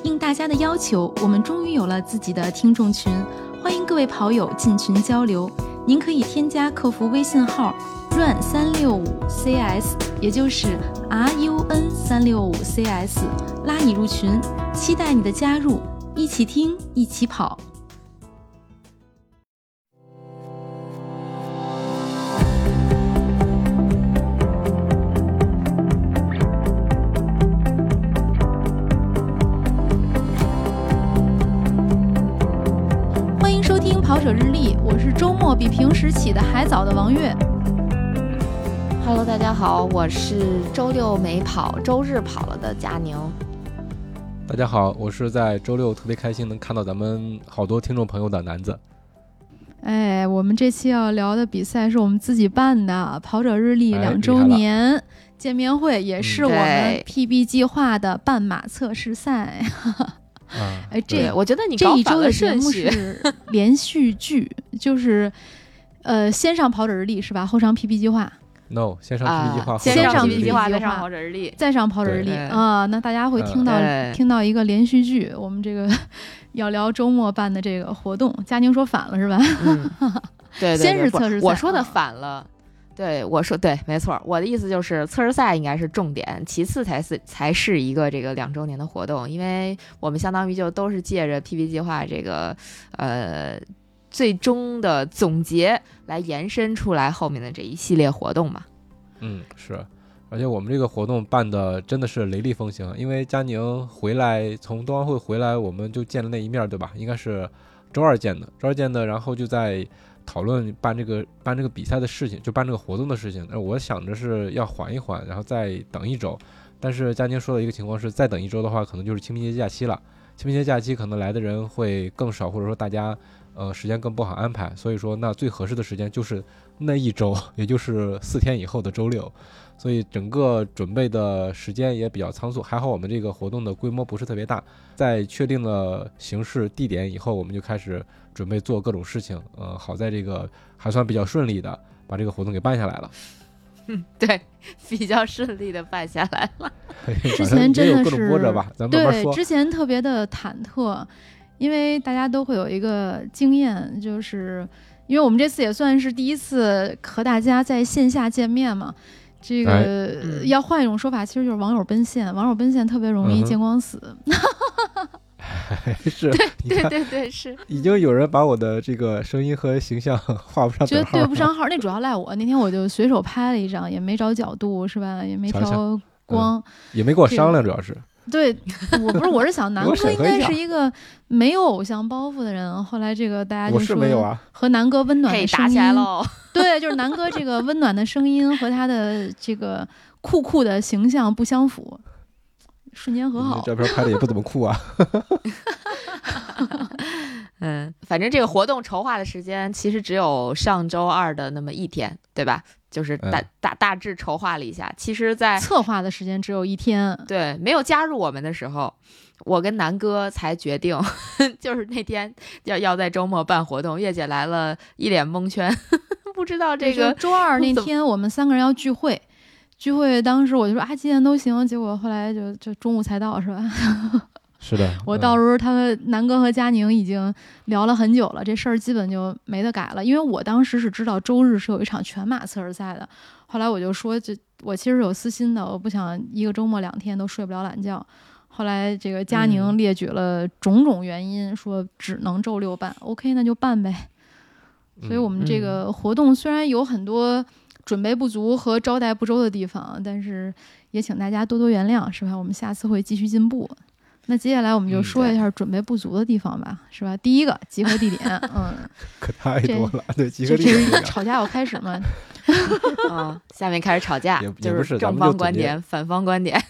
应大家的要求，我们终于有了自己的听众群，欢迎各位跑友进群交流。您可以添加客服微信号 run365cs， 也就是 RUN365cs， 拉你入群，期待你的加入，一起听，一起跑。跑者日历，我是周末比平时起的还早的王悦。 Hello， 大家好，我是周六没跑，周日跑了的佳宁。 大家好，我是在周六特别开心能看到咱们好多听众朋友的南子。 哎，我们这期要聊的比赛是我们自己办的跑者日历2周年见面会，也是我们 PB 计划的半马测试赛。哎， 我觉得你搞反了顺序。 这一周的节目是连续剧，就是先上跑者日历是吧？后上 PB 计划。 No， 先上 PB 计划， 先上 PB 计划，再上跑者日历， 再上跑者日历啊。那大家会听到一个连续剧。我们这个要聊周末办的这个活动，佳宁说反了是吧？ 对， 先是测试赛， 我说的反了。对，我说对，没错。我的意思就是测试赛应该是重点，其次才是一个这个2周年的活动，因为我们相当于就都是借着 PB 计划这个最终的总结来延伸出来后面的这一系列活动嘛。 是，而且我们这个活动办的真的是雷厉风行，因为佳宁回来从冬奥会回来，我们就见了那一面对吧？应该是周二见的，然后就在讨论办这个比赛的事情，就办这个活动的事情。我想着是要缓一缓，然后再等一周。但是佳宁说的一个情况是，再等一周的话，可能就是清明节假期了。清明节假期可能来的人会更少，或者说大家时间更不好安排。所以说，那最合适的时间就是那一周，也就是4天以后的周六。所以整个准备的时间也比较仓促。还好我们这个活动的规模不是特别大，在确定了形式地点以后，我们就开始准备做各种事情。好在这个还算比较顺利的把这个活动给办下来了。 对，比较顺利的办下来了。 之前真的是各种波折吧，咱慢慢说。 对，之前特别的忐忑，因为大家都会有一个经验，就是因为我们这次也算是第一次和大家在线下见面嘛。这个要换一种说法，其实就是网友奔现，网友奔现特别容易见光死。 是， 对，是。 已经有人把我的这个声音和形象画不上等号， 对不上号，那主要赖我。那天我就随手拍了一张，也没找角度，是吧？也没调光， 也没跟我商量，主要是。 对，我是想南哥应该是一个没有偶像包袱的人。后来这个大家就说， 我是没有啊， 和南哥温暖的声音打起来喽。 对，就是南哥这个温暖的声音和他的这个酷的形象不相符，瞬间和好。 这照片拍的也不怎么酷啊。 反正这个活动筹划的时间其实只有上周二的那么一天，对吧？就是大致筹划了一下，其实在策划的时间只有1天。 对，没有加入我们的时候，我跟南哥才决定，就是那天要在周末办活动。月姐来了，一脸蒙圈，不知道这个周二那天我们3个人要聚会，当时我就说几点都行，结果后来就中午才到，是吧？ 是的， 我到时候南哥和佳宁已经聊了很久了，这事儿基本就没得改了。因为我当时是知道周日是有一场全马测试赛的，后来我就说，我其实有私心的，我不想一个周末2天都睡不了懒觉。后来这个佳宁列举了种种原因，说只能周六办，OK， 那就办呗。所以我们这个活动虽然有很多准备不足和招待不周的地方，但是也请大家多多原谅，是吧？我们下次会继续进步。那接下来我们就说一下准备不足的地方吧，是吧？第一个集合地点， 可太多了，对，集合地点。 这是吵架要开始吗？ 下面开始吵架，就是正方观点、反方观点。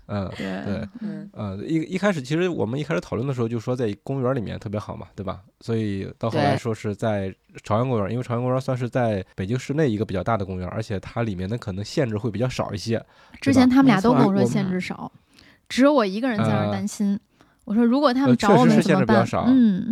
一开始其实我们一开始讨论的时候就说在公园里面特别好嘛，对吧？所以到后来说是在朝阳公园，因为朝阳公园算是在北京市内一个比较大的公园，而且它里面的可能限制会比较少一些。 之前他们俩都跟我说限制少。只有我一个人在那儿担心，我说如果他们找我们怎么办？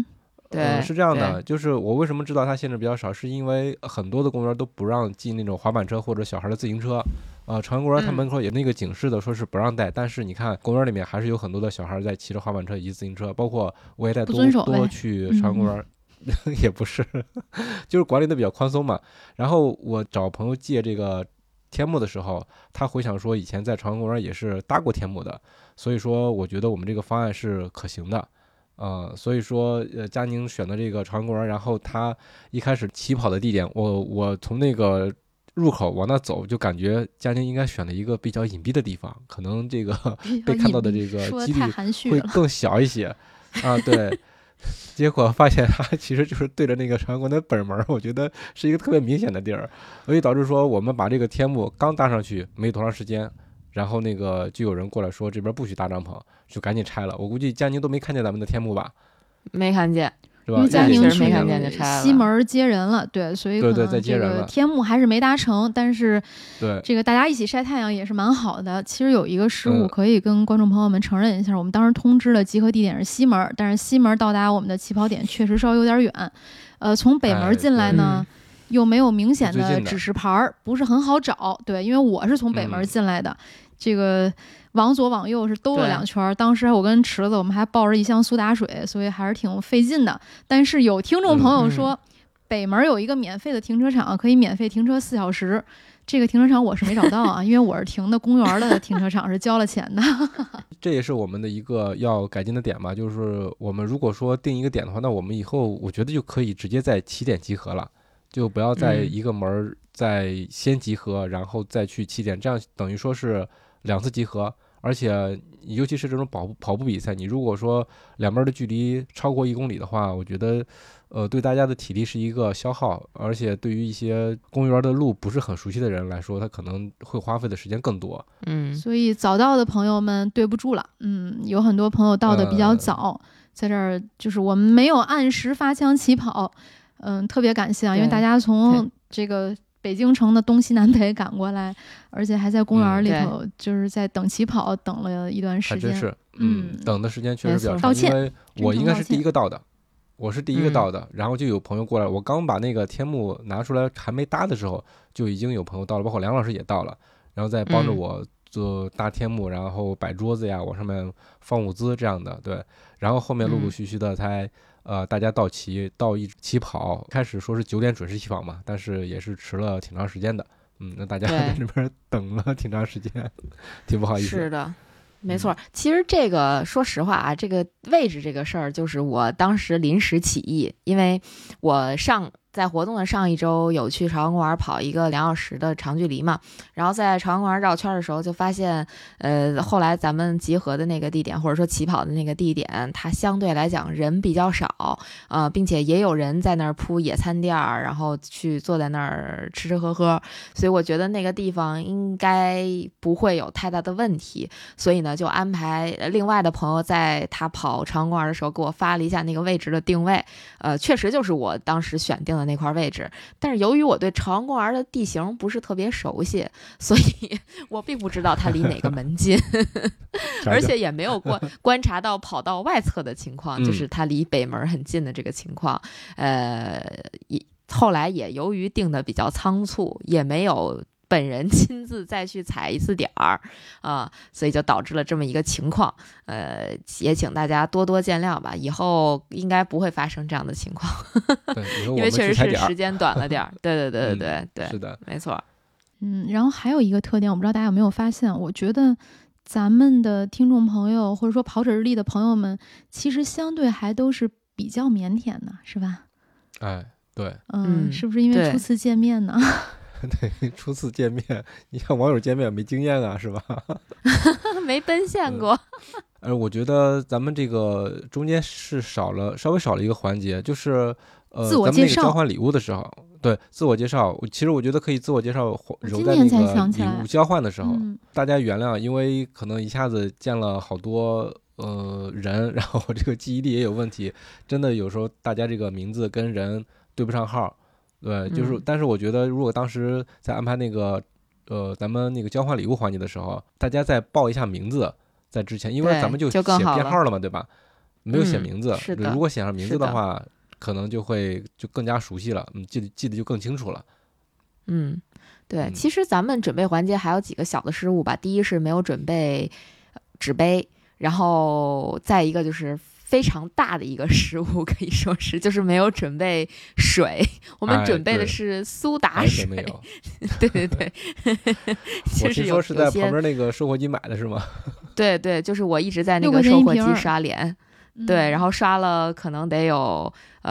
对， 是这样的，就是我为什么知道它限制比较少，是因为很多的公园都不让进那种滑板车或者小孩的自行车。朝阳公园它门口也那个警示的说是不让带，但是你看公园里面还是有很多的小孩在骑着滑板车以及自行车，包括我也在多去朝阳公园。也不是，就是管理的比较宽松嘛。然后我找朋友借这个天幕的时候，他回想说以前在朝阳公园也是搭过天幕的，所以说我觉得我们这个方案是可行的。所以说佳宁选的这个朝阳公园，然后他一开始起跑的地点，我从那个入口往那走，就感觉佳宁应该选了一个比较隐蔽的地方，可能这个被看到的这个几率会更小一些啊。对。结果发现他其实就是对着那个朝阳公园的本门，我觉得是一个特别明显的地儿，所以导致说我们把这个天幕刚搭上去没多长时间，然后那个就有人过来说这边不许搭帐篷，就赶紧拆了。我估计佳宁都没看见咱们的天幕吧？ 没看见。 是吧？ 因为佳宁没看见就拆了， 西门接人了，对，所以可能这个天幕还是没达成，但是对这个大家一起晒太阳也是蛮好的。其实有一个失误可以跟观众朋友们承认一下，我们当时通知的集合地点是西门，但是西门到达我们的起跑点确实稍微有点远，从北门进来呢。又没有明显的指示牌，不是很好找。对，因为我是从北门进来的，这个往左往右是兜了2圈。当时我跟池子我们还抱着一箱苏打水，所以还是挺费劲的。但是有听众朋友说，北门有一个免费的停车场，可以免费停车4小时。这个停车场我是没找到啊，因为我是停的公园的停车场，是交了钱的。 这也是我们的一个要改进的点嘛，就是我们如果说定一个点的话，那我们以后我觉得就可以直接在起点集合了。就不要在一个门再先集合，然后再去起点，这样等于说是2次集合。而且尤其是这种跑步比赛，你如果说两边的距离超过1公里的话，我觉得对大家的体力是一个消耗，而且对于一些公园的路不是很熟悉的人来说，他可能会花费的时间更多。 所以早到的朋友们对不住了。有很多朋友到的比较早，在这儿就是我们没有按时发枪起跑。特别感谢啊，因为大家从这个北京城的东西南北赶过来，而且还在公园里头，就是在等起跑，等了一段时间。 还真是，等的时间确实比较长，因为我应该是第一个到的，然后就有朋友过来，我刚把那个天幕拿出来还没搭的时候，就已经有朋友到了，包括梁老师也到了，然后再帮着我做搭天幕，然后摆桌子呀，往上面放物资这样的，对，然后后面陆陆续续的才。大家到起跑，开始说是9点准时起跑嘛，但是也是迟了挺长时间的。那大家在这边等了挺长时间，挺不好意思。 是的，没错。其实这个说实话啊，这个位置这个事儿，就是我当时临时起意，因为我在活动的上一周有去朝阳公园跑一个2小时的长距离嘛，然后在朝阳公园绕圈的时候就发现，后来咱们集合的那个地点或者说起跑的那个地点，它相对来讲人比较少，并且也有人在那儿铺野餐垫，然后去坐在那儿吃喝喝，所以我觉得那个地方应该不会有太大的问题，所以呢就安排另外的朋友在他跑朝阳公园的时候给我发了一下那个位置的定位，确实就是我当时选定的那块位置，但是由于我对朝阳公园的地形不是特别熟悉，所以我并不知道它离哪个门近而且也没有观察到跑道外侧的情况，就是它离北门很近的这个情况。后来也由于定的比较仓促，也没有本人亲自再去踩一次点儿所以就导致了这么一个情况。也请大家多多见谅吧，以后应该不会发生这样的情况因为确实是时间短了点儿对， 是的， 没错。 然后还有一个特点，我不知道大家有没有发现，我觉得咱们的听众朋友或者说跑者日历的朋友们，其实相对还都是比较腼腆的，是吧？ 对， 是不是因为初次见面呢？ 对，初次见面，你看网友见面没经验啊，是吧？ 没奔现过。 我觉得咱们这个中间是稍微少了一个环节，就是自我介绍。 咱们那个交换礼物的时候，对，自我介绍，其实我觉得可以自我介绍揉在那个礼物交换的时候，大家原谅，因为可能一下子见了好多人，然后这个记忆力也有问题，真的有时候大家这个名字跟人对不上号。对，就是，但是我觉得，如果当时在安排那个，咱们那个交换礼物环节的时候，大家再报一下名字，在之前，因为咱们就写编号了嘛，对吧？没有写名字，如果写上名字的话， 可能就更加熟悉了，记得就更清楚了。 对，其实咱们准备环节还有几个小的失误吧。第一是没有准备纸杯，然后再一个就是非常大的一个失误，可以说是就是没有准备水，我们准备的是苏打水， 没有。 对对对， 我听说是在旁边那个售货机买的是吗？ 对对，就是我一直在那个售货机刷脸。对，然后刷了可能得有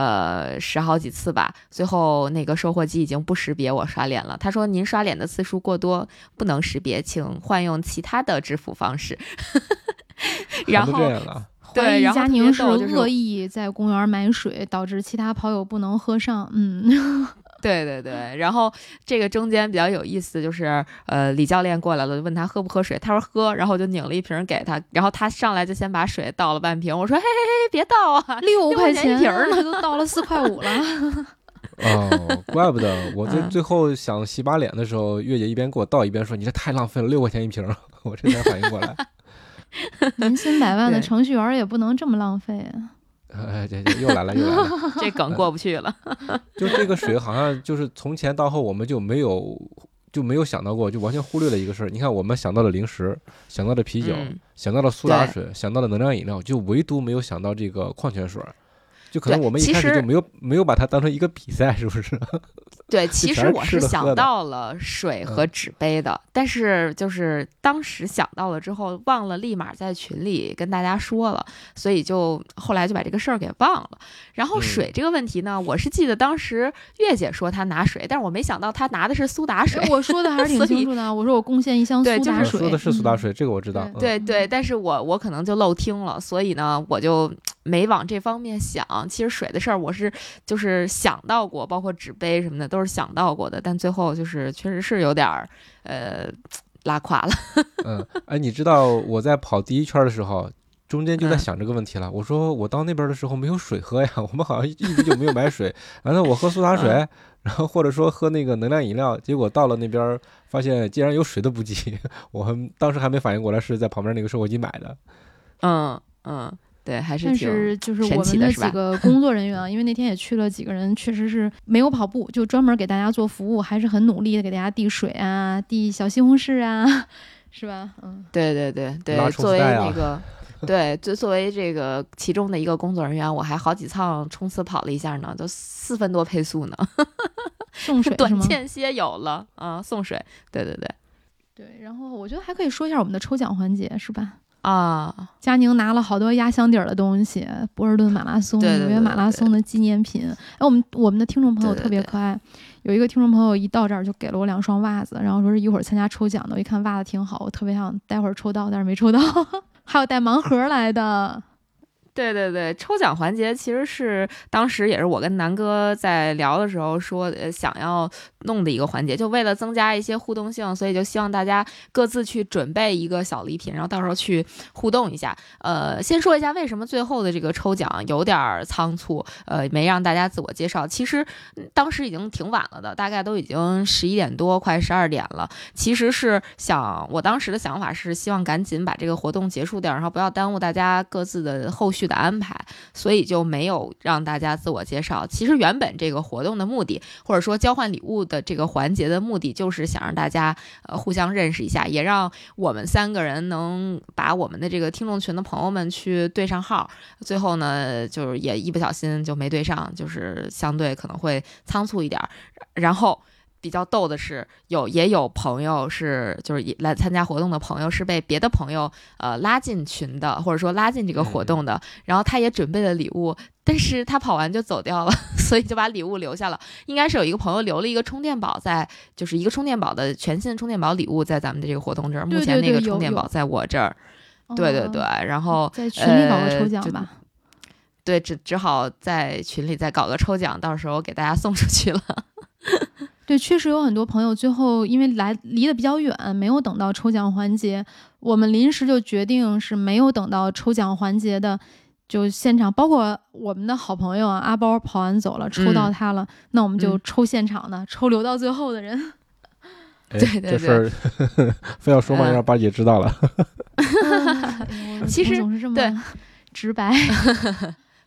10好几次吧，最后那个售货机已经不识别我刷脸了。他说您刷脸的次数过多，不能识别，请换用其他的支付方式。然后对，然后佳宁是恶意在公园买水，导致其他跑友不能喝上。 对对对，然后这个中间比较有意思，就是李教练过来了，问他喝不喝水，他说喝，然后我就拧了一瓶给他，然后他上来就先把水倒了半瓶，我说嘿嘿嘿，别倒啊 ，6块钱一瓶呢， 都倒了4块5了。 哦，怪不得我在最后想洗把脸的时候，月姐一边给我倒一边说：“你这太浪费了，6块钱一瓶。”我这才反应过来。 年薪100万的程序员也不能这么浪费啊！ 这又来了， 这梗过不去了。 就这个水好像就是从前到后我们就没有想到过，就完全忽略了一个事儿。你看，我们想到了零食，想到了啤酒，想到了苏打水，想到了能量饮料，就唯独没有想到这个矿泉水。就可能我们一开始就没有把它当成一个比赛，是不是？ 对，其实我是想到了水和纸杯的，但是就是当时想到了之后忘了立马在群里跟大家说了，所以就后来就把这个事儿给忘了。然后水这个问题呢，我是记得当时月姐说她拿水，但是我没想到她拿的是苏打水。 我说的还是挺清楚的，我说我贡献一箱苏打水， 说的是苏打水，这个我知道。 对对，但是我可能就漏听了，所以呢我就没往这方面想。其实水的事儿我是就是想到过，包括纸杯什么的都是想到过的，但最后就是确实是有点拉垮了。 你知道我在跑第1圈的时候，中间就在想这个问题了。我说我到那边的时候没有水喝呀，我们好像一直就没有买水。完了我喝苏打水，然后或者说喝那个能量饮料，结果到了那边发现竟然有水的补给，我当时还没反应过来是在旁边那个售货机买的。 对，还是但是就是我们的几个工作人员啊，因为那天也去了几个人，确实是没有跑步，就专门给大家做服务，还是很努力的给大家递水啊，递小西红柿啊，是吧？ 对对对对，作为那个对，作为这个其中的一个工作人员，我还好几趟冲刺跑了一下呢，都4分多配速呢。 送水短间歇有了啊，送水，对对对对。然后我觉得还可以说一下我们的抽奖环节，是吧？ 佳宁拿了好多压箱底儿的东西，波士顿马拉松、纽约马拉松的纪念品。我们的听众朋友特别可爱，有一个听众朋友一到这儿就给了我2双袜子，然后说是一会儿参加抽奖的。我一看袜子挺好，我特别想待会儿抽到，但是没抽到。还有带盲盒来的。 对对对，抽奖环节其实是当时也是我跟南哥在聊的时候说想要弄的一个环节，就为了增加一些互动性，所以就希望大家各自去准备一个小礼品，然后到时候去互动一下。先说一下为什么最后的这个抽奖有点仓促，没让大家自我介绍。其实当时已经挺晚了的，大概都已经11点多快12点了。其实是我当时的想法是希望赶紧把这个活动结束掉，然后不要耽误大家各自的后续的安排，所以就没有让大家自我介绍。其实原本这个活动的目的，或者说交换礼物的这个环节的目的，就是想让大家互相认识一下，也让我们3个人能把我们的这个听众群的朋友们去对上号。最后呢，就是也一不小心就没对上，就是相对可能会仓促一点。然后比较逗的是，也有朋友是就是来参加活动的朋友是被别的朋友拉进群的，或者说拉进这个活动的，然后他也准备了礼物，但是他跑完就走掉了，所以就把礼物留下了。应该是有一个朋友留了一个充电宝就是一个充电宝的全新充电宝礼物在咱们的这个活动这儿。目前那个充电宝在我这儿。对对对，然后在群里搞个抽奖吧。 对，只好在群里再搞个抽奖，到时候给大家送出去了。 对，确实有很多朋友最后因为离得比较远，没有等到抽奖环节，我们临时就决定是没有等到抽奖环节的，就现场，包括我们的好朋友阿包跑完走了，抽到他了，那我们就抽现场的，抽留到最后的人。 对对对， 这事儿非要说嘛，让八姐知道了。 其实总是这么直白。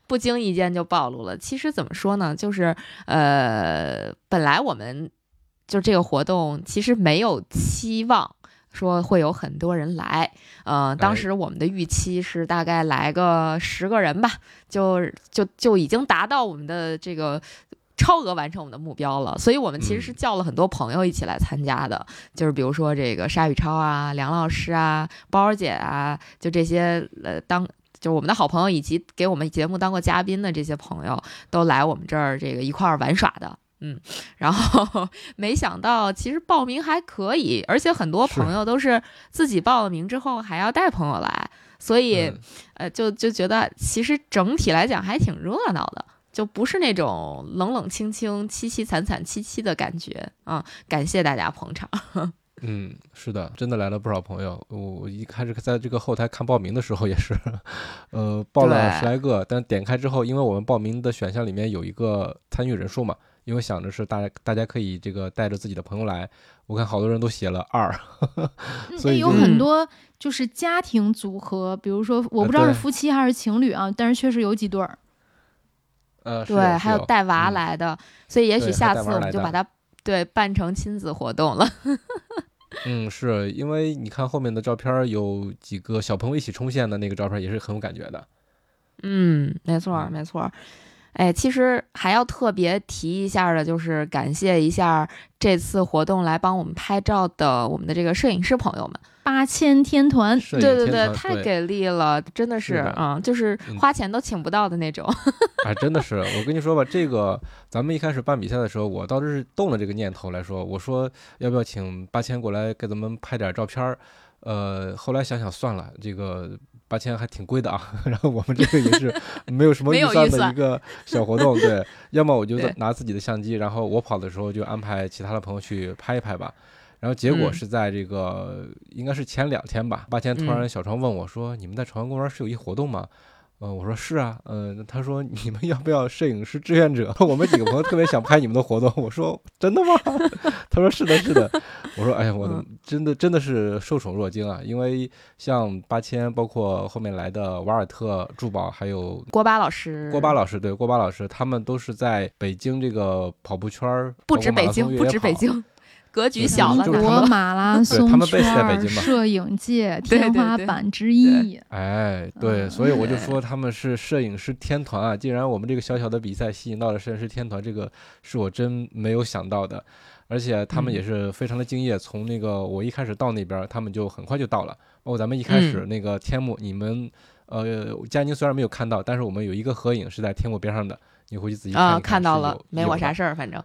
不经意间就暴露了。其实怎么说呢，就是本来我们就这个活动其实没有期望说会有很多人来，当时我们的预期是大概来个10个人吧，就已经达到我们的这个超额完成我们的目标了。所以我们其实是叫了很多朋友一起来参加的，就是比如说这个沙宇超啊、梁老师啊、包儿姐啊，就这些就是我们的好朋友以及给我们节目当过嘉宾的这些朋友都来我们这儿这个一块儿玩耍的。然后没想到其实报名还可以，而且很多朋友都是自己报了名之后还要带朋友来，所以就觉得其实整体来讲还挺热闹的，就不是那种冷冷清清、凄凄惨惨戚戚的感觉啊！感谢大家捧场。 是的，真的来了不少朋友。我一开始在这个后台看报名的时候也是，报了10来个，但点开之后，因为我们报名的选项里面有一个参与人数嘛，因为想着是大家可以这个带着自己的朋友来，我看好多人都写了2，所以有很多就是家庭组合，比如说我不知道是夫妻还是情侣啊，但是确实有几对儿。 对，还有带娃来的，所以也许下次我们就把它办成亲子活动了。 是因为你看后面的照片，有几个小朋友一起冲线的那个照片也是很有感觉的。 没错没错。其实还要特别提一下的，就是感谢一下这次活动来帮我们拍照的我们的这个摄影师朋友们，8000天团，对，太给力了，真的是就是花钱都请不到的那种。 真的是，我跟你说吧，这个咱们一开始办比赛的时候，我倒是动了这个念头来说，我说要不要请8000过来给咱们拍点照片，后来想想算了，这个8000还挺贵的啊，然后我们这个也是没有什么预算的一个小活动，对，要么我就拿自己的相机，然后我跑的时候就安排其他的朋友去拍一拍吧。然后结果是在这个应该是前2天吧，8000突然小床问我说：“你们在朝阳公园是有一活动吗？”我说是啊，他说你们要不要摄影师志愿者？我们几个朋友特别想拍你们的活动。我说真的吗？他说是的，是的。我说哎呀，我真的是受宠若惊啊！因为像8000，包括后面来的瓦尔特、珠宝，还有郭巴老师， 对，郭巴老师，他们都是在北京这个跑步圈， 不止北京。格局小了， 中国马拉松圈摄影界天花板之一。 对，所以我就说他们是摄影师天团啊！既然我们这个小小的比赛吸引到了摄影师天团，这个是我真没有想到的。而且他们也是非常的敬业，从那个我一开始到那边，他们就很快就到了。包括咱们一开始那个天幕，你们佳宁虽然没有看到，但是我们有一个合影是在天幕边上的，你回去自己看一看。 看到了，没我啥事儿，反正。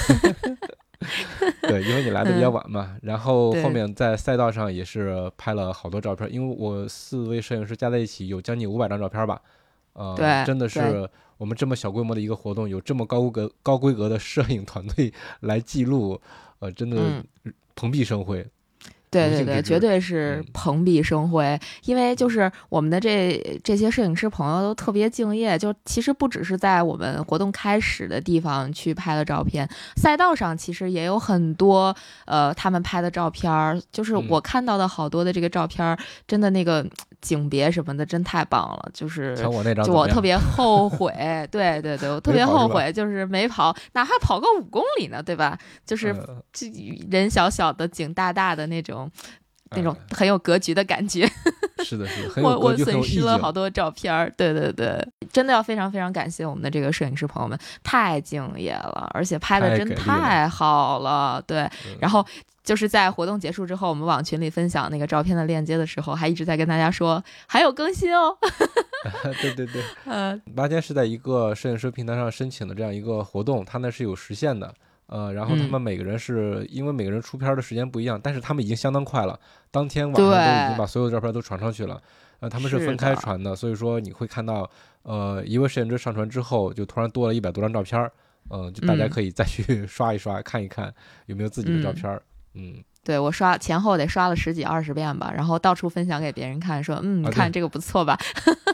对，因为你来的比较晚嘛，然后后面在赛道上也是拍了好多照片，因为我4位摄影师加在一起有将近500张照片吧， 对， 真的是我们这么小规模的一个活动，有这么高规格的摄影团队来记录，真的蓬荜生辉。 对，绝对是蓬荜生辉，因为就是我们的这些摄影师朋友都特别敬业，就其实不只是在我们活动开始的地方去拍的照片，赛道上其实也有很多他们拍的照片，就是我看到的好多的这个照片，真的那个景别什么的真太棒了，就是就我特别后悔，对，我特别后悔，就是没跑，哪怕跑个5公里呢，对吧？就是人小小的景大大的那种很有格局的感觉。 是的，很有格局， 我损失了好多照片，对，真的要非常非常感谢我们的这个摄影师朋友们，太敬业了，而且拍的真太好了，对。然后就是在活动结束之后，我们往群里分享那个照片的链接的时候，还一直在跟大家说还有更新哦。 对，8000是在一个摄影师平台上申请的这样一个活动，它那是有时限的。然后他们每个人是因为每个人出片的时间不一样，但是他们已经相当快了，当天晚上都已经把所有的照片都传上去了。他们是分开传的，所以说你会看到，一位摄影师上传之后，就突然多了100多张照片，就大家可以再去刷一刷，看一看有没有自己的照片。 对，我前后得刷了10几20遍吧，然后到处分享给别人看，说你看这个不错吧。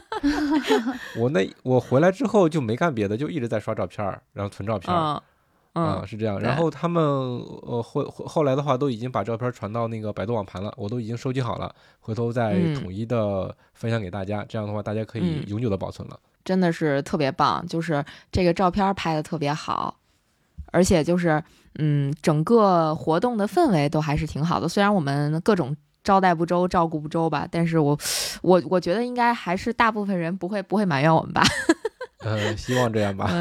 我回来之后就没干别的，就一直在刷照片，然后存照片。是这样。然后他们后来的话都已经把照片传到那个百度网盘了，我都已经收集好了，回头再统一的分享给大家，这样的话大家可以永久的保存了。 真的是特别棒，就是这个照片拍的特别好，而且就是整个活动的氛围都还是挺好的。虽然我们各种招待不周、照顾不周吧，但是我觉得应该还是大部分人不会埋怨我们吧。 希望这样吧。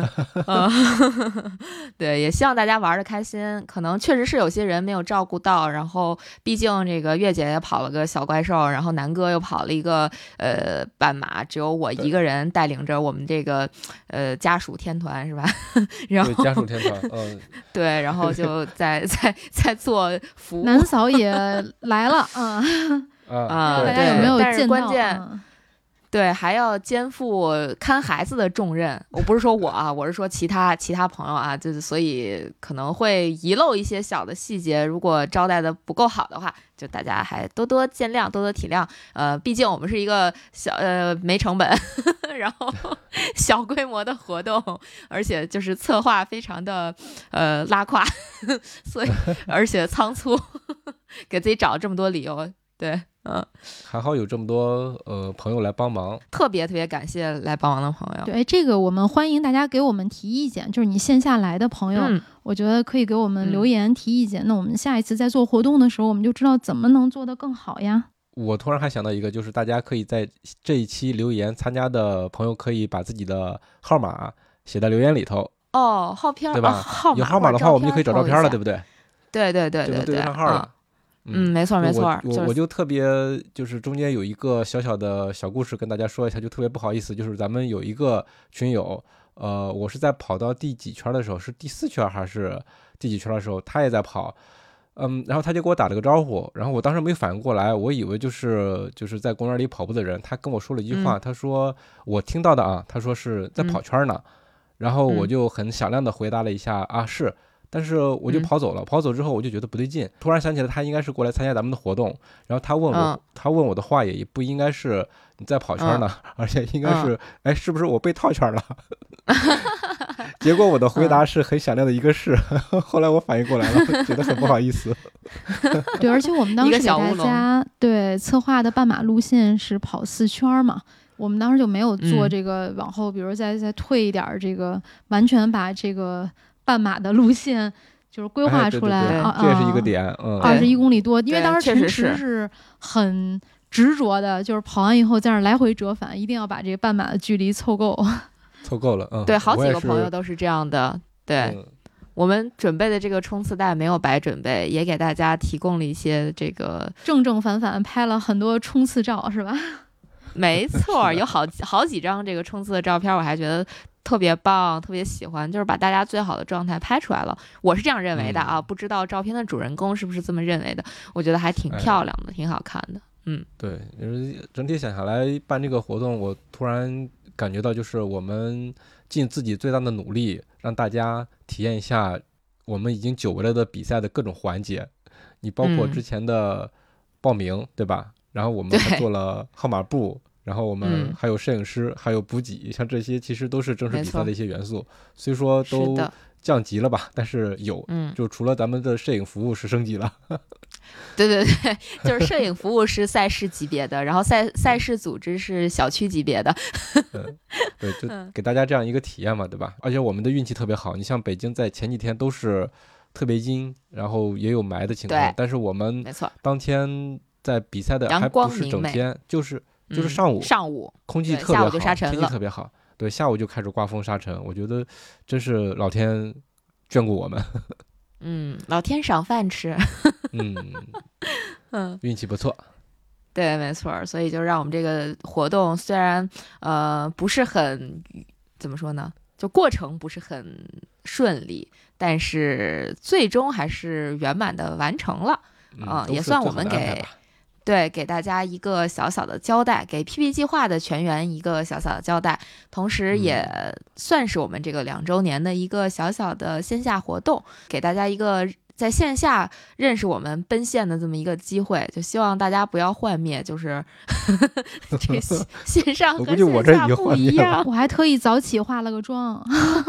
对，也希望大家玩的开心。可能确实是有些人没有照顾到，然后毕竟这个月姐也跑了个小怪兽，然后南哥又跑了一个半马，只有我一个人带领着我们这个家属天团是吧？然后家属天团， 对，然后就在做服务。 南嫂也来了，大家有没有但是见到？ 关键对，还要肩负看孩子的重任。我不是说我啊，我是说其他朋友啊，就是所以可能会遗漏一些小的细节。如果招待的不够好的话，就大家还多多见谅，多多体谅。毕竟我们是一个小没成本，然后小规模的活动，而且就是策划非常的拉胯，所以而且仓促，给自己找了这么多理由。对， 还好有这么多朋友来帮忙， 特别感谢来帮忙的朋友。 对，这个我们欢迎大家给我们提意见，就是你线下来的朋友，我觉得可以给我们留言提意见。那我们下一次在做活动的时候，我们就知道怎么能做得更好呀。 我突然还想到一个，就是大家可以在这一期留言参加的朋友，可以把自己的号码写在留言里头。 号片对吧？有号码的话，我们就可以找照片了，对不对？ 对， 就能对得上号了。 没错。 我就特别就是中间有一个小的小故事跟大家说一下，就特别不好意思，就是咱们有一个群友，我是在跑到第几圈的时候，是第4圈还是第几圈的时候，他也在跑，然后他就给我打了个招呼，然后我当时没反应过来，我以为就是在公园里跑步的人，他跟我说了一句话，他说我听到的啊，他说是在跑圈呢，然后我就很响亮的回答了一下啊是。但是我就跑走了，跑走之后我就觉得不对劲，突然想起来他应该是过来参加咱们的活动，然后他问我的话也不应该是你在跑圈呢，而且应该是是不是我被套圈了？结果我的回答是很响亮的一个是，后来我反应过来了，觉得很不好意思。 对，而且我们当时给大家对策划的半马路线是跑4圈嘛。我们当时就没有做这个往后，比如再退一点，这个完全把这个半马的路线就是规划出来， 这也是一个点。 21公里多，因为当时陈池是很执着的，就是跑完以后在那来回折返，一定要把这个半马的距离凑够了。 对，好几个朋友都是这样的。对，我们准备的这个冲刺带没有白准备，也给大家提供了一些这个正反拍了很多冲刺照，是吧？ 没错，有好几张这个冲刺的照片，我还觉得特别棒，特别喜欢，就是把大家最好的状态拍出来了。我是这样认为的啊，不知道照片的主人公是不是这么认为的？我觉得还挺漂亮的，挺好看的。 对，就是整体想下来办这个活动，我突然感觉到就是我们尽自己最大的努力，让大家体验一下我们已经久违了的比赛的各种环节。你包括之前的报名，对吧？然后我们还做了号码布，然后我们还有摄影师，还有补给，像这些其实都是正式比赛的一些元素，虽说都降级了吧，但是就除了咱们的摄影服务是升级了。 对，就是摄影服务是赛事级别的，然后赛事组织是小区级别的。 对，就给大家这样一个体验嘛，对吧？而且我们的运气特别好，你像北京在前几天都是特别阴，然后也有霾的情况，但是我们当天在比赛的还不是整天，就是上午空气特别好，天气特别好，对，下午就开始刮风沙尘，我觉得真是老天眷顾我们。 老天赏饭吃。 运气不错。 对，没错，所以就让我们这个活动虽然不是很怎么说呢，就过程不是很顺利，但是最终还是圆满的完成了。也算我们给大家一个小小的交代，给 PP 计划的全员一个小小的交代，同时也算是我们这个2周年的一个小小的线下活动，给大家一个在线下认识我们奔现的这么一个机会，就希望大家不要幻灭，就是这线上和线下不一样。 我还特意早起化了个妆。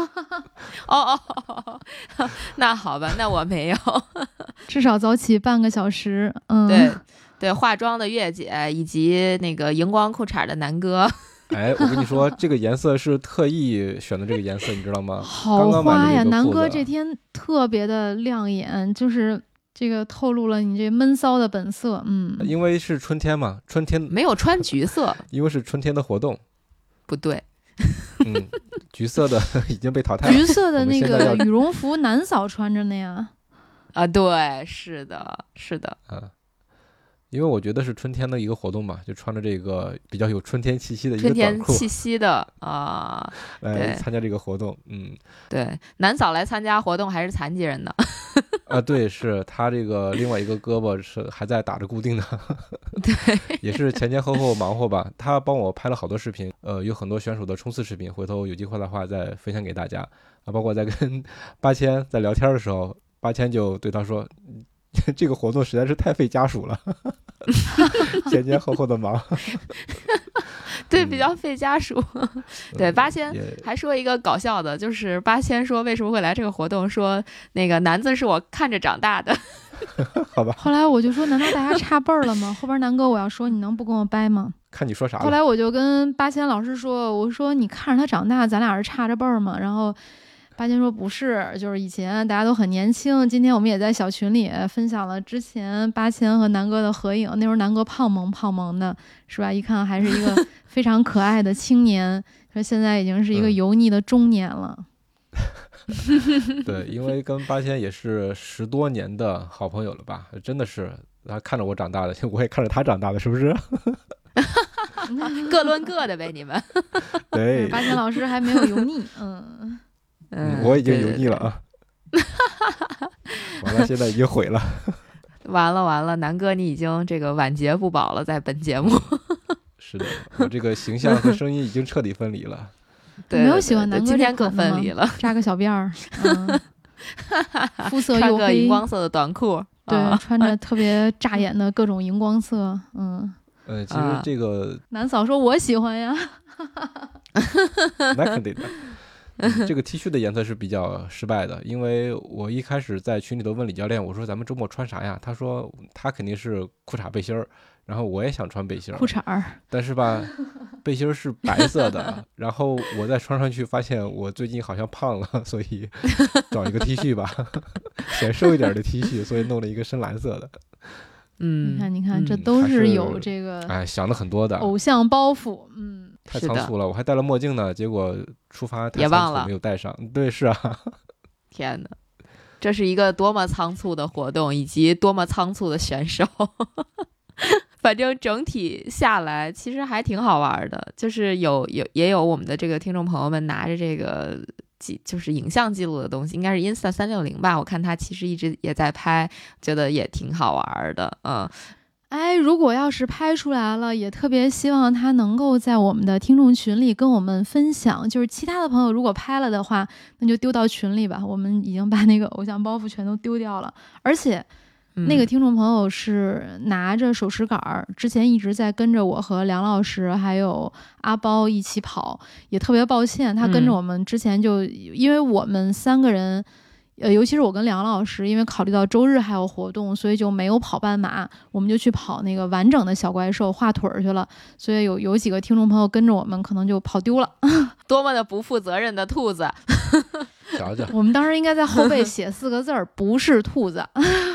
那好吧，那我没有， 至少早起半个小时。 对，化妆的月姐以及那个荧光裤衩的南哥。 哎，我跟你说，这个颜色是特意选的这个颜色，你知道吗？ 好刚刚买花呀！ 的这个南哥裤子这天特别的亮眼，就是这个透露了你这闷骚的本色。 因为是春天嘛，春天没有穿橘色， 因为是春天的活动， 不对， 橘色的已经被淘汰了。 橘色的那我们现在要个羽绒服，南嫂穿着呢呀。 啊，对，是的，是的， 因为我觉得是春天的一个活动嘛，就穿着这个比较有春天气息的一个春短裤天气息的啊， 来对参加这个活动。 对，南嫂来参加活动还是残疾人呢。 对，是他这个另外一个胳膊是还在打着固定的， 对， 也是前前后后忙活吧。他帮我拍了好多视频，有很多选手的冲刺视频，回头有机会的话再分享给大家啊。包括在跟8000在聊天的时候，8000就对他说，这个活动实在是太费家属了，前前后后的忙。 对，比较费家属。对，8000 也还说一个搞笑的，就是8000说为什么会来这个活动，说那个南子是我看着长大的。 好吧， 后来我就说，难道大家差辈儿了吗？后边南哥我要说，你能不跟我掰吗？ 看你说啥了。 后来我就跟8000老师说，我说你看着他长大，咱俩是差着辈儿吗？然后8000说不是，就是以前大家都很年轻。今天我们也在小群里分享了之前8000和南哥的合影，那时候南哥胖萌胖萌的，是吧？一看还是一个非常可爱的青年，说现在已经是一个油腻的中年了。 对，因为跟8000也是10多年的好朋友了吧，真的是他看着我长大的，我也看着他长大的，是不是？ 各论各的呗，你们。 对 ，8000老师还没有油腻， 我已经油腻了啊。完了，现在已经毁了。 完了，南哥你已经这个晚节不保了，在本节目。 是的，我这个形象和声音已经彻底分离了。 对， 没有喜欢南哥今天可这款的吗分离了， 扎个小辫儿，肤色穿个又黑， 荧光色的短裤， 对，穿着特别扎眼的各种荧光色， 其实这个南嫂说我喜欢呀， 那肯定的。这个 T 恤的颜色是比较失败的，因为我一开始在群里头问李教练，我说咱们周末穿啥呀？他说他肯定是裤衩背心儿，然后我也想穿背心儿， 裤衩儿， 但是吧，背心儿是白色的，然后我再穿上去发现我最近好像胖了，所以找一个 T 恤吧，显瘦一点的 T 恤，所以弄了一个深蓝色的。 你看，这都是有这个想的很多的偶像包袱， 太仓促了，我还戴了墨镜呢，结果出发太仓促没有戴上。对，是啊。 天哪，这是一个多么仓促的活动，以及多么仓促的选手。反正整体下来其实还挺好玩的，就是也有我们的这个听众朋友们拿着这个就是影像记录的东西，应该是 Insta 360吧，我看他其实一直也在拍，觉得也挺好玩的。 如果要是拍出来了，也特别希望他能够在我们的听众群里跟我们分享，就是其他的朋友如果拍了的话，那就丢到群里吧，我们已经把那个偶像包袱全都丢掉了。而且那个听众朋友是拿着手持杆儿，之前一直在跟着我和梁老师还有阿包一起跑，也特别抱歉，他跟着我们之前就因为我们3个人尤其是我跟梁老师，因为考虑到周日还有活动，所以就没有跑半马，我们就去跑那个完整的小怪兽画腿去了，所以有几个听众朋友跟着我们可能就跑丢了。 多么的不负责任的兔子。 瞧瞧， 我们当时应该在后背写4个字儿，不是兔子。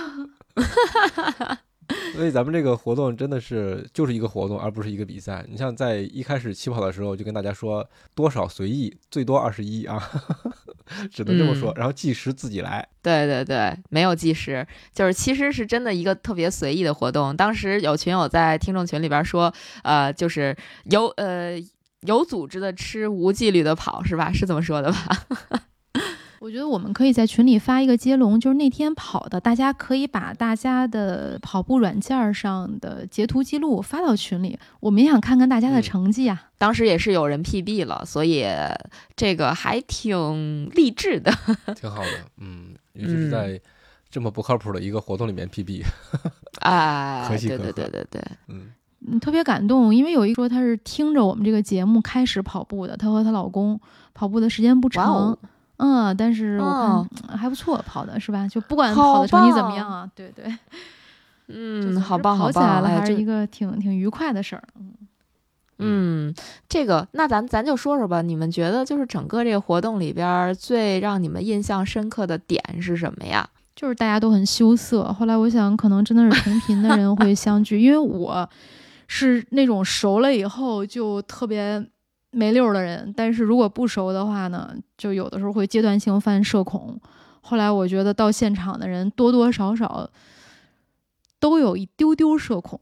所以咱们这个活动真的就是一个活动，而不是一个比赛。你像在一开始起跑的时候就跟大家说多少随意，最多21啊，只能这么说，然后计时自己来。 对，没有计时，就是其实是真的一个特别随意的活动。当时有群友在听众群里边说，就是有组织的吃，无纪律的跑，是吧？是这么说的吧？ 我觉得我们可以在群里发一个接龙，就是那天跑的，大家可以把大家的跑步软件上的截图记录发到群里，我们也想看看大家的成绩啊。 当时也是有人 PB 了，所以这个还挺励志的， 挺好的。尤其是在这么不靠谱的一个活动里面 PB， 可喜可贺。 对， 特别感动，因为有一个说她是听着我们这个节目开始跑步的，她和她老公跑步的时间不长。但是我看还不错，跑的是吧？就不管跑的成绩怎么样啊，对， 好棒， 跑起来了还是一个挺愉快的事儿。 这个那咱就说说吧，你们觉得就是整个这个活动里边最让你们印象深刻的点是什么呀？ 就是大家都很羞涩。后来我想，可能真的是同频的人会相聚，因为我是那种熟了以后就特别没溜的人，但是如果不熟的话呢，就有的时候会阶段性犯社恐。后来我觉得到现场的人多多少少都有一丢丢社恐。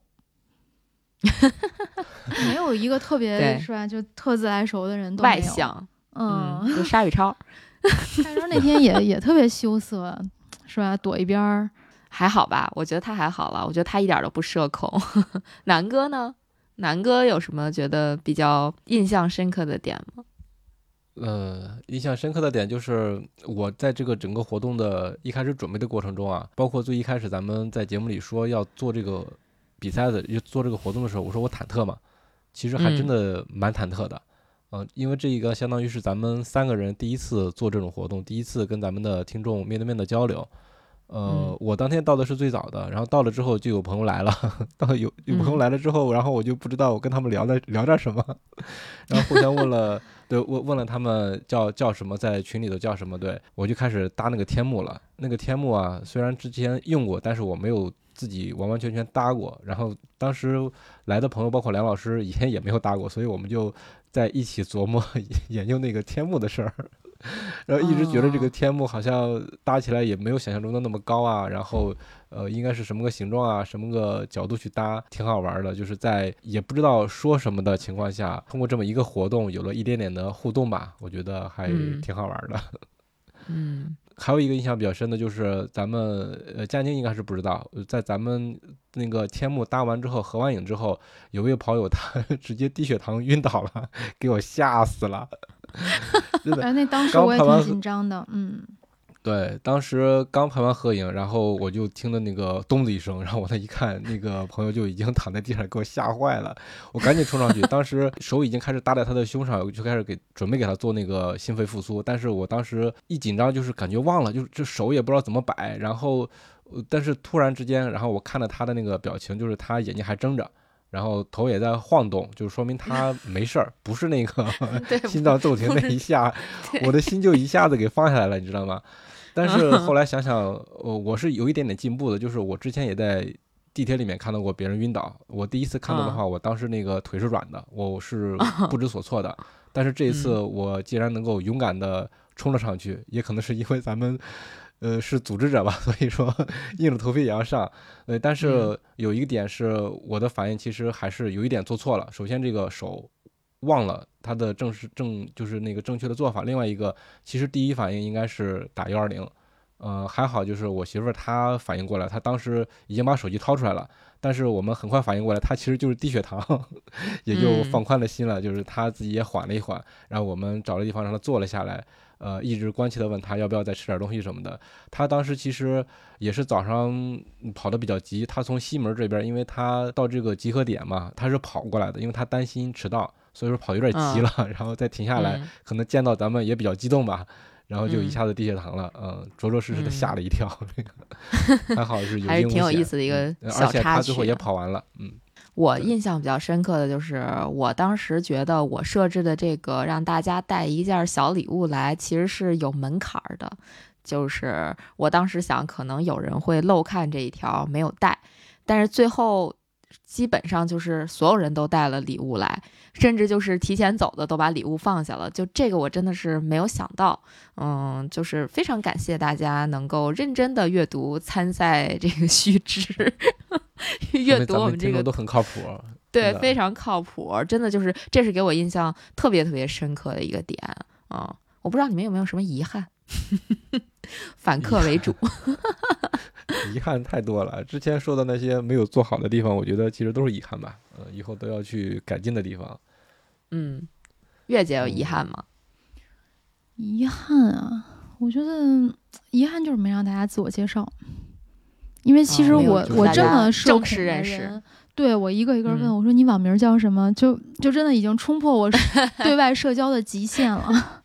没有一个特别是吧，就特自来熟的人都没有外向，就鲨鱼超。 鲨鱼超那天也特别羞涩，是吧？躲一边儿， 还好吧？我觉得他还好了，我觉得他一点都不社恐。南哥呢？南哥有什么觉得比较印象深刻的点吗？ 印象深刻的点就是我在这个整个活动的一开始准备的过程中啊，包括最一开始咱们在节目里说要做这个比赛的，做这个活动的时候，我说我忐忑嘛，其实还真的蛮忐忑的。因为这一个相当于是咱们3个人第一次做这种活动，第一次跟咱们的听众面对面的交流。我当天到的是最早的，然后到了之后就有朋友来了，有朋友来了之后，然后我就不知道我跟他们聊点什么，然后互相问了，对，问了他们叫什么，在群里头叫什么，对，我就开始搭那个天幕了。那个天幕啊，虽然之前用过，但是我没有自己完完全全搭过。然后当时来的朋友，包括梁老师以前也没有搭过，所以我们就在一起琢磨研究那个天幕的事儿。然后一直觉得这个天幕好像搭起来也没有想象中的那么高啊，然后应该是什么个形状啊，什么个角度去搭，挺好玩的。就是在也不知道说什么的情况下，通过这么一个活动有了一点点的互动吧，我觉得还挺好玩的。还有一个印象比较深的就是咱们佳宁应该是不知道，在咱们那个天幕搭完之后合完影之后，有位跑友他直接低血糖晕倒了，给我吓死了。 那当时我也挺紧张的。 对，当时刚拍完合影，然后我就听的那个咚的一声，然后我再一看，那个朋友就已经躺在地上，给我吓坏了。我赶紧冲上去，当时手已经开始搭在他的胸上，我就开始准备给他做那个心肺复苏。但是我当时一紧张，就是感觉忘了，就这手也不知道怎么摆。然后，但是突然之间，然后我看到他的那个表情，就是他眼睛还睁着，然后头也在晃动，就说明他没事儿，不是那个心脏骤停那一下，我的心就一下子给放下来了，你知道吗？但是后来想想，我是有一点点进步的，就是我之前也在地铁里面看到过别人晕倒，我第一次看到的话，我当时那个腿是软的，我是不知所措的。但是这一次我既然能够勇敢的冲了上去，也可能是因为咱们是组织者吧，所以说硬着头皮也要上。但是有一个点是我的反应其实还是有一点做错了。首先这个手忘了它的就是那个正确的做法。另外一个，其实第一反应应该是打120。还好就是我媳妇儿她反应过来，她当时已经把手机掏出来了，但是我们很快反应过来，她其实就是低血糖，也就放宽了心了，就是她自己也缓了一缓，然后我们找了地方让她坐了下来。一直关切的问他要不要再吃点东西什么的。他当时其实也是早上跑得比较急，他从西门这边，因为他到这个集合点嘛，他是跑过来的，因为他担心迟到，所以说跑有点急了，然后再停下来，可能见到咱们也比较激动吧，然后就一下子低血糖了，着着实实的吓了一跳。这个还好是有惊无险， 还是挺有意思的一个小插曲。 而且他最后也跑完了。 我印象比较深刻的就是，我当时觉得我设置的这个让大家带一件小礼物来，其实是有门槛的。就是我当时想，可能有人会漏看这一条没有带，但是最后基本上就是所有人都带了礼物来，甚至就是提前走的都把礼物放下了。就这个我真的是没有想到。就是非常感谢大家能够认真的阅读参赛这个须知。阅读我们这个都很靠谱， 对，非常靠谱，真的就是这是给我印象特别特别深刻的一个点啊！我不知道你们有没有什么遗憾，反客为主。 遗憾太多了，之前说的那些没有做好的地方，我觉得其实都是遗憾吧，以后都要去改进的地方。 月姐有遗憾吗？ 遗憾啊，我觉得遗憾就是没让大家自我介绍。因为其实我这么社恐的人，对我一个一个问我说你网名叫什么，就真的已经冲破我对外社交的极限了。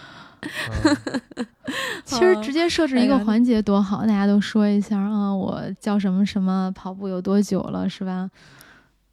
其实直接设置一个环节多好，大家都说一下我叫什么什么，跑步有多久了，是吧？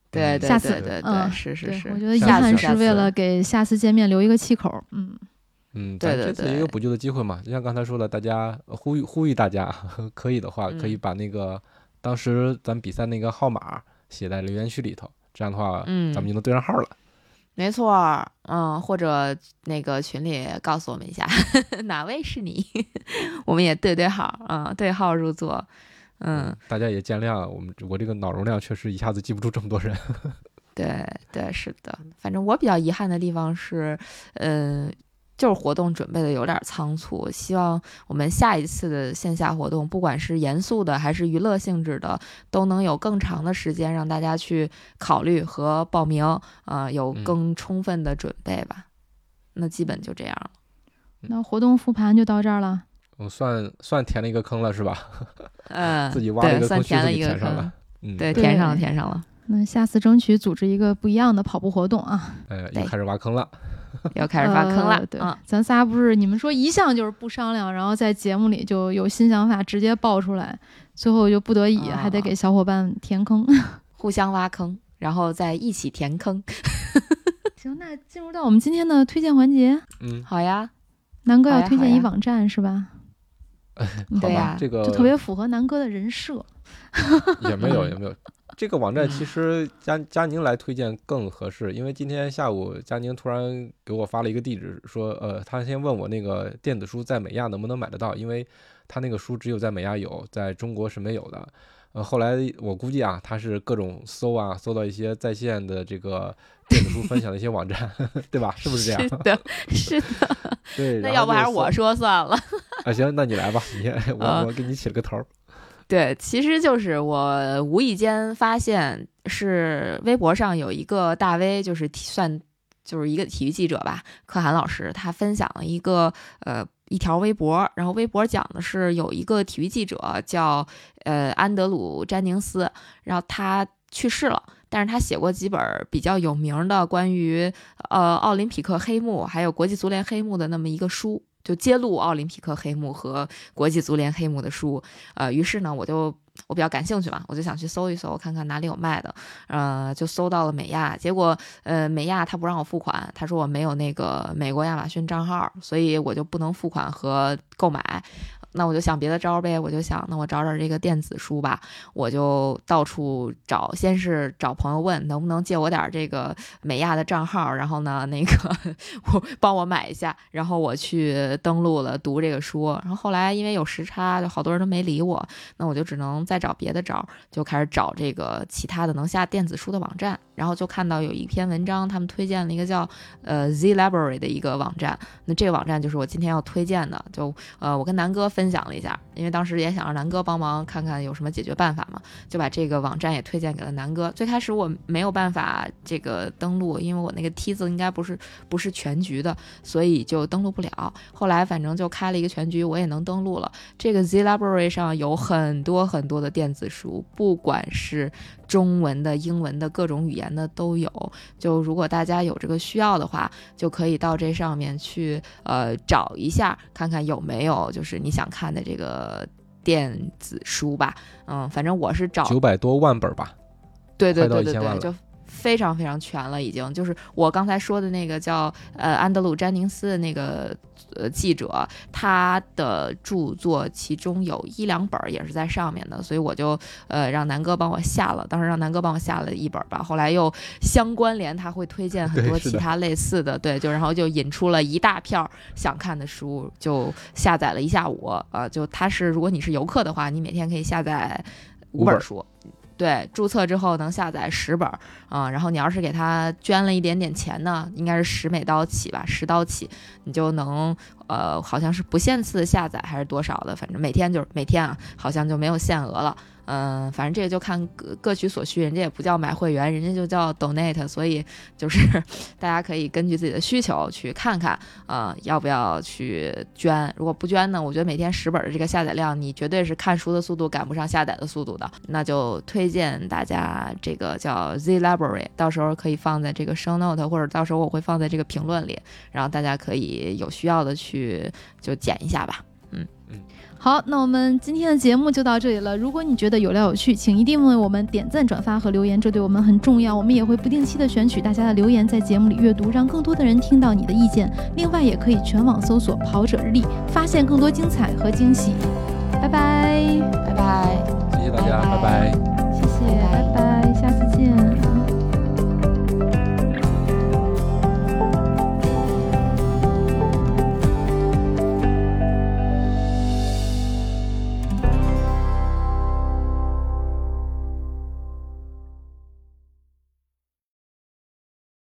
对对下次对对对，是对， 是， 我觉得遗下次憾是为了给下次见面留一个气口。 对对咱这次对一个补救的机会嘛，就像刚才说的，大家呼吁大家，可以的话可以把那个当时咱比赛那个号码写在留言区里头，这样的话，咱们就能对上号了。 没错，或者那个群里告诉我们一下哪位是你，我们也对号，对号入座。 大家也见谅，我这个脑容量确实一下子记不住这么多人。 对对，是的，反正我比较遗憾的地方是，就是活动准备的有点仓促，希望我们下一次的线下活动，不管是严肃的还是娱乐性质的，都能有更长的时间让大家去考虑和报名，有更充分的准备吧。那基本就这样了。 那活动复盘就到这儿了。 算填了一个坑了是吧？自己挖对， 了一个坑， 算填了一个填上了。 对，填上了。 那下次争取组织一个不一样的跑步活动啊！ 又开始挖坑了。 又开始挖坑了。 对，咱仨不是你们说一向就是不商量，然后在节目里就有新想法直接爆出来，最后就不得已还得给小伙伴填坑， 互相挖坑，然后再一起填坑。 行，那进入到我们今天的推荐环节。 好呀。 南哥要推荐一网站是吧？ 好吧，这个就特别符合南哥的人设。 也没有。这个网站其实佳宁来推荐更合适，因为今天下午佳宁突然给我发了一个地址，说他先问我那个电子书在美亚能不能买得到，因为他那个书只有在美亚有，在中国是没有的。后来我估计他是各种搜到一些在线的这个电子书分享的一些网站，对吧？是不是这样？ 是的。 对， 那要不还是我说算了。 行，那你来吧，我给你起了个头。 对，其实就是我无意间发现是微博上有一个大 V，就是一个体育记者吧，可汗老师，他分享了一条微博，然后微博讲的是有一个体育记者叫安德鲁·詹宁斯，然后他去世了，但是他写过几本比较有名的关于奥林匹克黑幕还有国际足联黑幕的那么一个书，就揭露奥林匹克黑幕和国际足联黑幕的书。于是呢我比较感兴趣嘛，我就想去搜一搜看看哪里有卖的，就搜到了美亚，结果美亚他不让我付款，他说我没有那个美国亚马逊账号，所以我就不能付款和购买。那我就想别的招呗，我就想那我找这个电子书吧，我就到处找，先是找朋友问能不能借我点这个美亚的账号，然后呢我帮我买一下，然后我去登录了读这个书，然后后来因为有时差，就好多人都没理我，那我就只能再找别的招，就开始找这个其他的能下电子书的网站，然后就看到有一篇文章，他们推荐了一个叫Z Library 的一个网站，那这个网站就是我今天要推荐的，就我跟南哥分享了一下，因为当时也想让南哥帮忙看看有什么解决办法嘛，就把这个网站也推荐给了南哥。最开始我没有办法这个登录，因为我那个梯子应该不是全局的，所以就登录不了。后来反正就开了一个全局，我也能登录了。这个 Z Library 上有很多很多的电子书，不管是中文的、英文的、各种语言的都有。就如果大家有这个需要的话，就可以到这上面去找一下，看看有没有就是你想看的这个电子书吧。反正我是找 900多万本吧。 对，就非常非常全了，已经就是我刚才说的那个叫安德鲁·詹宁斯的那个记者，他的著作其中有1-2本也是在上面的，所以我就让南哥帮我下了，当时让南哥帮我下了1本吧，后来又相关联，他会推荐很多其他类似的，对，就然后就引出了一大票想看的书，就下载了一下午，就他是如果你是游客的话，你每天可以下载5本书。对，注册之后能下载10本然后你要是给他捐了一点点钱呢，应该是$10起吧，$10起，你就能好像是不限次下载还是多少的，反正每天好像就没有限额了。反正这个就看各取所需，人家也不叫买会员，人家就叫 donate， 所以就是大家可以根据自己的需求去看看，要不要去捐。如果不捐呢，我觉得每天10本的这个下载量，你绝对是看书的速度赶不上下载的速度的。那就推荐大家这个叫 Z Library， 到时候可以放在这个 show note， 或者到时候我会放在这个评论里，然后大家可以有需要的去就捡一下吧。 好，那我们今天的节目就到这里了。如果你觉得有料有趣，请一定为我们点赞、转发和留言，这对我们很重要。我们也会不定期的选取大家的留言，在节目里阅读，让更多的人听到你的意见。另外，也可以全网搜索“跑者日历”，发现更多精彩和惊喜。拜拜， 拜拜， 谢谢大家，拜拜。 谢谢。